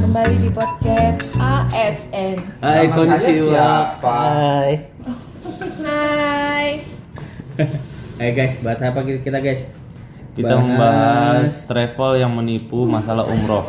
kembali di podcast ASN. Hai, konnichiwa. Hai. Hai. Hai guys, bahas apa kita guys? Kita membahas travel yang menipu masalah umroh.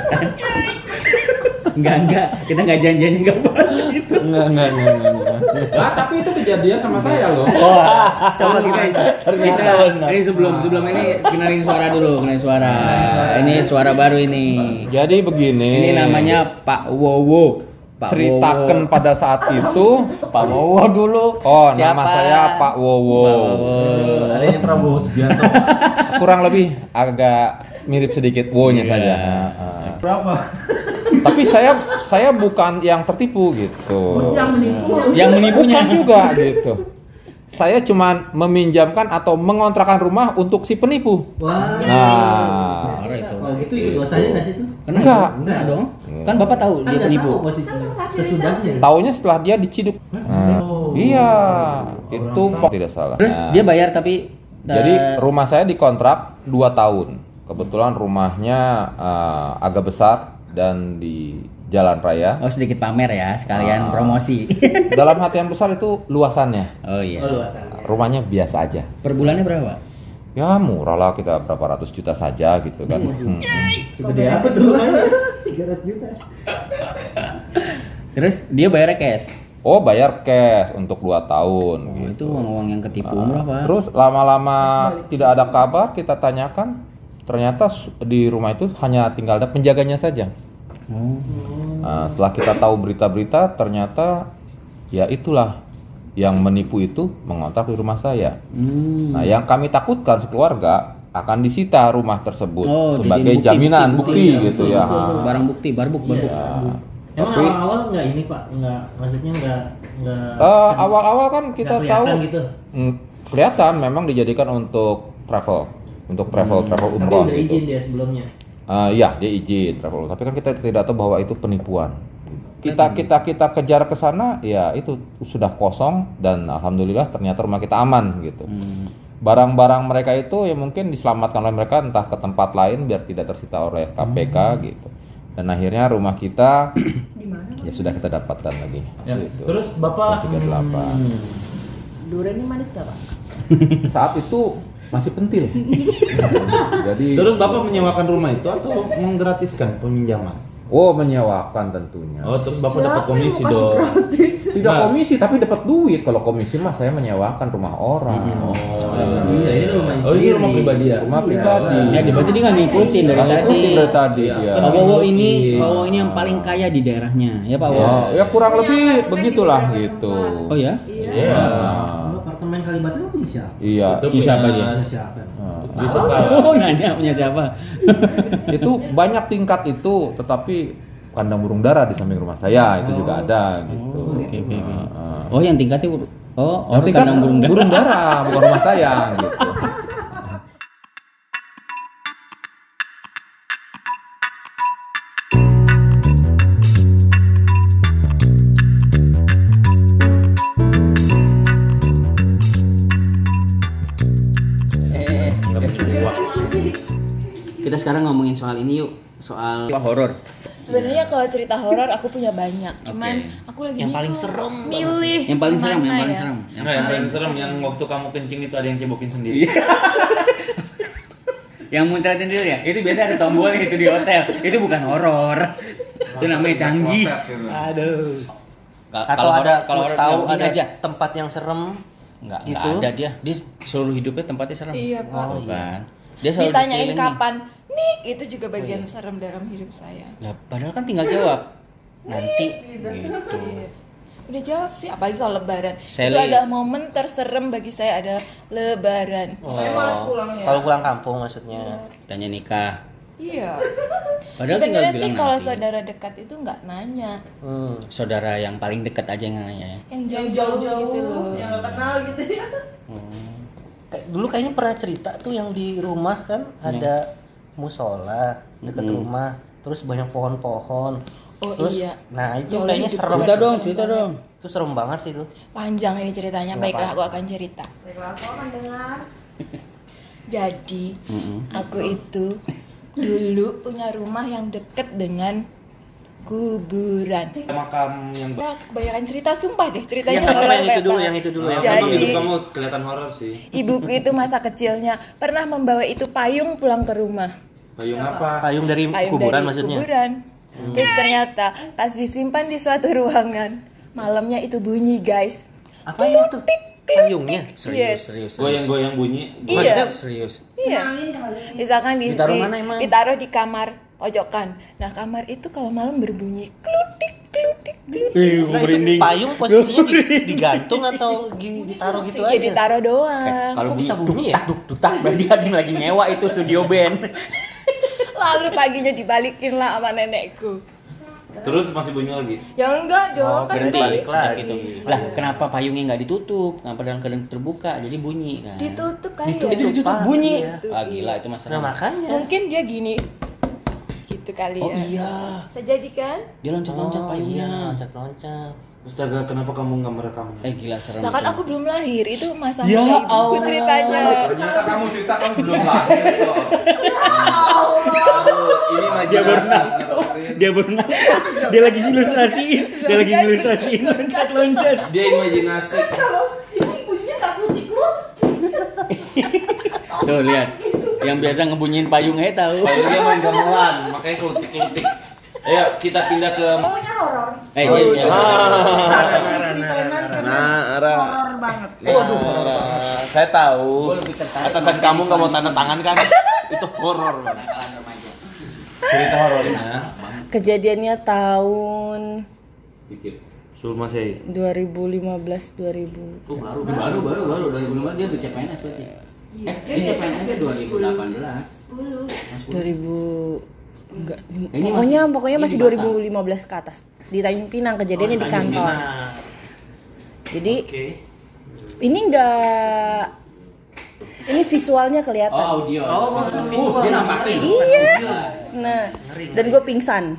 Enggak, kita enggak janjian enggak bahas itu. Enggak. Ah, tapi itu kejadian sama saya loh. Oh, coba kita benar. ini sebelum ini kenalin suara dulu, kenalin suara. Ini suara baru ini. Jadi begini. Ini namanya Pak Wowo. Pak ceritakan Wowo. pada saat itu Pak Wowo dulu. Oh, Siapa? nama saya Pak Wowo. Pak Wowo. Adanya Prabowo Subianto. Kurang lebih agak mirip sedikit wo-nya Iya. saja. Berapa? Tapi saya bukan yang tertipu gitu. Yang menipunya. Bukan juga gitu. Saya cuma meminjamkan atau mengontrakkan rumah untuk si penipu. Wah. Nah, Parah itu. Oh gitu ikut dosanya nggak sih itu? Kena Enggak. itu? Kena dong. Kan Bapak tahu dia nggak penipu. tahu posisinya. Sesudahnya. taunya setelah dia diciduk. Oh. Iya, itu kok tidak salah. Terus Nah, dia bayar tapi jadi rumah saya dikontrak 2 tahun. Kebetulan rumahnya agak besar dan di jalan raya. oh sedikit pamer ya, sekalian promosi. Dalam hati yang besar itu luasannya. Oh iya. Oh luasan. Rumahnya biasa aja. Per bulannya berapa? Ya murah lah, kita berapa ratus juta saja gitu kan. Gede apa tuh? 300 juta. Terus dia bayarnya cash. Oh, bayar cash untuk 2 tahun Oh, gitu. itu uang-uang yang ketipu umrah, Pak. Terus lama-lama tidak ada kabar, kita tanyakan, ternyata di rumah itu hanya tinggal ada penjaganya saja. Oh. Nah, setelah kita tahu berita-berita, ternyata ya itulah yang menipu itu mengontrak di rumah saya. Nah, yang kami takutkan sekeluarga akan disita rumah tersebut Oh, sebagai dijadiin jaminan bukti ya. gitu ya. Barang bukti, barbuk. Emang Tapi awal-awal nggak ini Pak? Nggak, maksudnya nggak. awal-awal kan kita nggak tahu kelihatan gitu. kelihatan memang dijadikan untuk travel travel Tapi umroh udah gitu. izin dia sebelumnya. Ya, dia izin travel, tapi kan kita tidak tahu bahwa itu penipuan. Kita kejar ke sana, ya itu sudah kosong dan alhamdulillah ternyata rumah kita aman gitu. Barang-barang mereka itu ya mungkin diselamatkan oleh mereka entah ke tempat lain biar tidak tersita oleh KPK gitu. Dan akhirnya rumah kita ya sudah kita dapatkan lagi. Ya. Gitu. Terus Bapak 38. Durian ini manis gak, Pak? Saat itu masih pentil. Jadi Terus Bapak menyewakan rumah itu atau menggratiskan peminjaman? oh, menyewakan tentunya. Oh, terus Bapak dapat komisi dong. Tidak komisi tapi dapat duit. Kalau komisi mah saya menyewakan rumah orang. Iya ini rumah. Oh, ini rumah pribadi ya? Rumah pribadi. Ya, berarti dia nggak ngikutin dari Nggak tadi. ngikutin dari tadi dia. Pak Wowo ini yang paling kaya di daerahnya, ya Pak Wowo. Ya kurang lebih begitulah gitu. Oh ya? Iya. Nah, Apartemen Kalibata itu di siapa? iya. Itu Siapa punya dia? Siapa? Bisa Oh, nanya punya siapa? Itu banyak tingkat itu, tetapi kandang burung dara di samping rumah saya itu juga ada gitu. Oke. Nah, Oh, yang tingkatnya yang tingkat kandang burung dara. burung dara bukan rumah saya gitu. Kita sekarang ngomongin soal ini yuk, soal horor. Sebenarnya kalau cerita horor aku punya banyak, cuman aku lagi Yang bingung paling serem milih Yang paling serem, mana yang paling ya. serem. Nah, yang paling serem yang waktu kamu kencing itu ada yang cebokin sendiri. Yang muncratin dulu ya, itu biasa ada tombolnya itu di hotel. Itu bukan horor. Itu namanya canggih. Aduh. Kalau horor tahu gini ada aja. tempat yang serem Nggak gitu? ada dia. Dia seluruh hidupnya tempatnya serem. Iya, Pak. Oh, kan. Dia selalu Ditanyain dikelilingi. kapan nik itu juga bagian serem dalam hidup saya. Lah, padahal kan tinggal jawab. Nanti gitu. Iya. Udah jawab sih, apalagi kalau lebaran. Sally. Itu ada momen terserem bagi saya ada lebaran. kalau pulang kampung maksudnya. Tanya nikah. Iya. Padahal Sebenarnya tinggal sih bilang kalau nanti. saudara dekat itu nggak nanya, Saudara yang paling dekat aja yang nanya ya. yang jauh-jauh gitu loh. Dulu kayaknya pernah cerita tuh yang di rumah kan ada musola dekat rumah, terus banyak pohon-pohon. Oh Terus, iya. nah itu Ya, kayaknya hidup serem. Cerita dong. Itu serem banget sih itu. Panjang ini ceritanya, Nggak baiklah apa-apa. aku akan cerita. Jadi, aku itu dulu punya rumah yang deket dengan kuburan. Makam yang Nah, kebanyakan cerita, sumpah deh ceritanya Yang horor yang itu kayak dulu, apa. yang itu dulu. Jadi- Emang hidup kamu kelihatan horor sih. Ibuku itu masa kecilnya pernah membawa itu payung pulang ke rumah. Payung apa? Payung dari Payung kuburan dari maksudnya. kuburan. Terus ternyata pas disimpan di suatu ruangan, malamnya itu bunyi, guys. Apanya tuh? Payungnya. Yes. Goyang-goyang bunyi. Iya. Serius. Iya. Misalkan Ditaruh mana emang? ditaruh di kamar pojokan. Nah, kamar itu kalau malam berbunyi klutik klutik klutik. Nah, itu payung posisinya digantung atau ditaruh gitu Ya aja? ditaruh doang. Kalau Kok bisa bunyi ya? duk tak berarti ada yang lagi nyewa itu studio band. Lalu paginya dibalikin lah sama nenekku. Terus masih bunyi lagi. Ya enggak dong, kan Berarti balik sejak lagi. itu. Lah, kenapa payungnya nggak ditutup? Kenapa dalam keadaan terbuka? Jadi bunyi kan. Ditutup kan Itu ya. ditutup bunyi. Ditutup, Ah, iya. gila itu masalah. Nah makanya. Mungkin dia gini. Gitu kali Oh ya. iya. Bisa jadi kan? Dia loncat-loncat payungnya. Loncat-loncat. Astaga, kenapa kamu nggak merekamnya? Gila serem. Nah kan itu. aku belum lahir, itu masa Ya muda ibuku Allah. ceritanya. Ternyata kamu cerita kamu belum lahir kok. Aduh, ini imajinasi. Dia berenang. Dia lagi ilustrasiin. Dia lagi ilustrasiin loncat-loncat. Dia imajinasi. Tuh lihat. Yang biasa ngebunyiin payungnya tahu. Payungnya main gamelan, makanya kelutik-kelutik. Ayo kita pindah ke Iya. Horor banget. Saya tahu. Atasan kamu nggak mau tanda tangan kan? Itu horor. cerita horornya. Kejadiannya tahun Sebelum Masehi. 2015 2000. Baru 2005 dia udah CPNS berarti. Dia CPNS 2018. 2000 enggak Ini pokoknya masih ini 2015 ke atas di Tanjung Pinang, kejadiannya di kantor. Jadi ini enggak, ini visualnya kelihatan. Oh, audio. Dia nampakin. Iya. Nah, dan gue pingsan.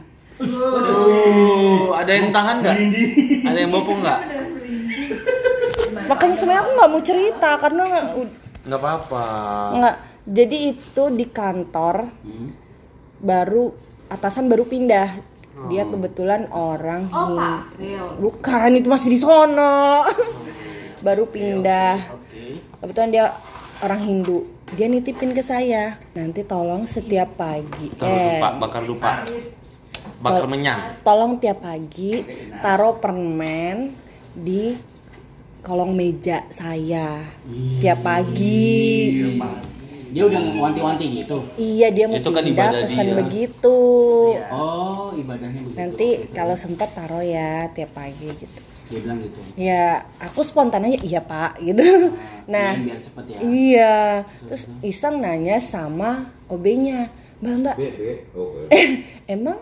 Ada yang tahan nggak? Ada yang bopong nggak? Makanya sebenarnya aku nggak mau cerita karena Nggak apa-apa. nggak. Jadi itu di kantor baru atasan baru pindah. Dia kebetulan orang bukan, itu masih di sono. Baru pindah. Kebetulan dia orang Hindu. Dia nitipin ke saya. Nanti tolong setiap pagi. Bakar lupa. Bakar menyan. Tolong tiap pagi taruh permen di kolong meja saya. Tiap pagi. Dia udah wanti-wanti gitu. Iya, dia mau Itu kan pindah ibadah pesan dia. begitu. Oh, ibadahnya begitu. Nanti kalau sempat taruh ya tiap pagi gitu. Dia bilang gitu. Ya, aku spontan aja iya Pak gitu. Nah, biar cepet ya. iya. Terus iseng nanya sama OB-nya, Mbak, emang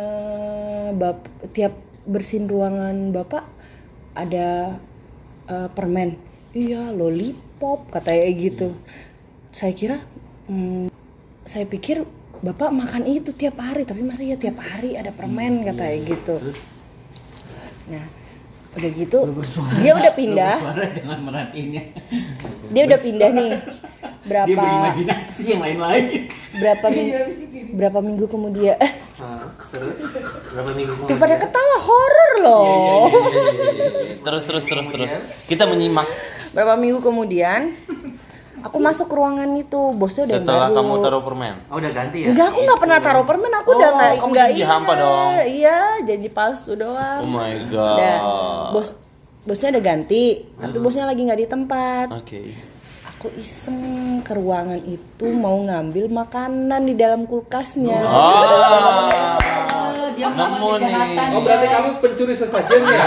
tiap bersihin ruangan Bapak ada permen? Iya, lollipop katanya gitu. Saya kira, saya pikir Bapak makan itu tiap hari, tapi masa ya tiap hari ada permen katanya gitu. Nah, udah gitu dia udah pindah. Suara jangan merhatiinnya. Dia udah pindah nih. Dia berimajinasi yang lain-lain. Berapa minggu kemudian? Berapa minggu Tuh pada ketawa horor loh. Terus. Kita menyimak. Berapa minggu kemudian aku masuk ke ruangan itu, bosnya udah Setelah baru. kamu taruh permen. Oh udah ganti ya? Enggak, aku nggak pernah taruh permen, aku udah kamu nggak janji hampa dong. Iya, janji palsu doang. Oh my god. Udah, bosnya udah ganti, tapi bosnya lagi nggak di tempat. Oke. Aku iseng ke ruangan itu mau ngambil makanan di dalam kulkasnya. Nemu nih. Oh berarti kamu pencuri sesajen ya?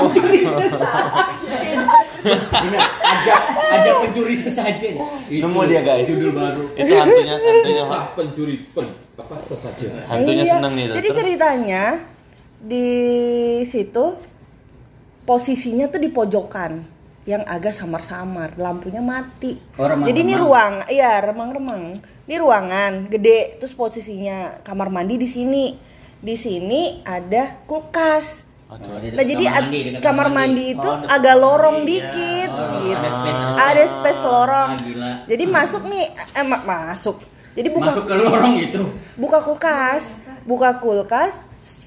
Benar, ajak pencuri sesajen. Nemu dia guys. Judul baru. Itu hantunya Pencuri sesajen. hantunya Iya, seneng nih. jadi Terus? ceritanya di situ posisinya tuh di pojokan yang agak samar-samar, lampunya mati. Oh, remang-remang. Jadi ini remang-remang. Ini ruangan gede, terus posisinya kamar mandi di sini. Di sini ada kulkas. Nah jadi kamar mandi itu agak lorong dikit, gitu. Ada space lorong. Jadi masuk nih, masuk. Jadi Masuk ke lorong itu. buka kulkas,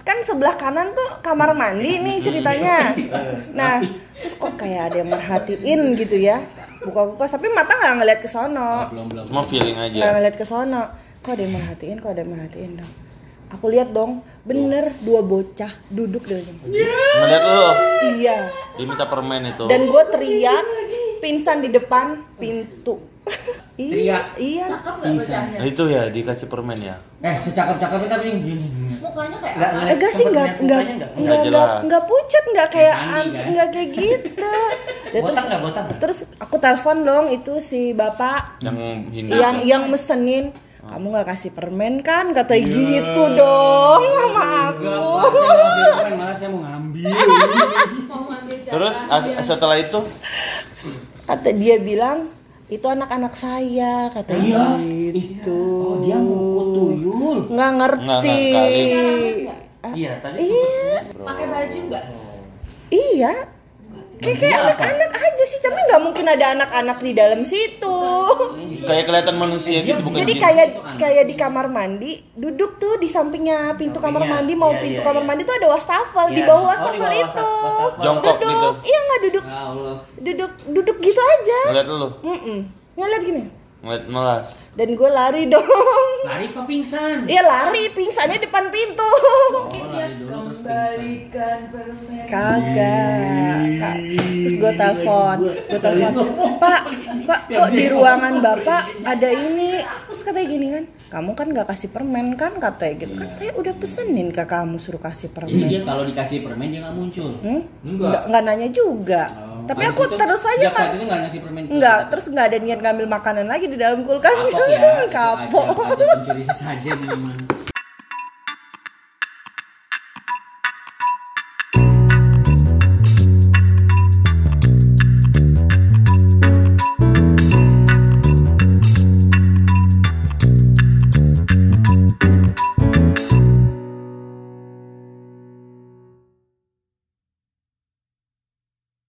kan sebelah kanan tuh kamar mandi nih ceritanya. Nah, terus kok kayak ada yang merhatiin gitu ya. Buka kulkas tapi mata nggak ngeliat ke sono. Cuma feeling aja. Nggak ngeliat ke sono. Kok ada yang merhatiin dong. Aku lihat dong, bener 2 bocah duduk di situ. Ngeliat lu. Iya. Dia minta permen itu. Dan gue teriak, pingsan di depan pintu. Teriak. Iya. Cakep nggak bocahnya? Nah, itu ya dikasih permen ya. Secakep-cakepnya tapi yang gini. Mukanya kayak Nggak apa? ngeliat, Enggak sih, sempet enggak ngeliat mukanya nggak? Nggak jelas. enggak pucat, enggak kayak Sandi, kan? enggak kayak gitu. Dan Botak nggak, botak nggak? terus aku telepon dong itu si bapak Yang Hindu. yang mesenin. Kamu nggak kasih permen kan? Kata gitu dong sama aku. Malah saya mau ngambil. Mau ngambil jatah Terus dia. setelah itu Kata dia bilang itu anak-anak saya, kata gitu. Oh, dia ngukut tuyul. Nggak ngerti. Nggak, Iya, tadi Iya, Pakai baju nggak? iya. Kayak anak-anak aja sih, tapi nggak mungkin ada anak-anak di dalam situ. kayak kelihatan manusia gitu bukan Jadi jin. kayak di kamar mandi, duduk tuh di sampingnya pintu kamar Sampingnya, mandi, mau iya, pintu iya, kamar iya. mandi tuh ada wastafel, di Iya. bawah Oh, di wastafel bawah itu. wastafel. Jongkok Duduk, gitu. iya nggak duduk, Ya Allah. duduk gitu aja. Ngeliat lu. Ngeliat gini, Ngeliat melas. dan gue lari dong. Lari apa pingsan? Iya lari, pingsannya depan pintu. Mungkin dia kembalikan permen. Kagak. Terus gue telepon, Pak, kok di ruangan Bapak ada ini? Terus katanya gini kan, kamu kan nggak kasih permen kan, katanya gitu kan. Saya udah pesenin ke kamu suruh kasih Jadi permen. dia kalau dikasih permen dia nggak muncul. Nggak nanya juga. Tapi Habis aku itu, terus aja sejak saat kan. itu nggak ngasih permen. Enggak, terus nggak ada niat ngambil makanan lagi di dalam kulkas. Kapok ya. Kapok. Aja pencuri saja di mana.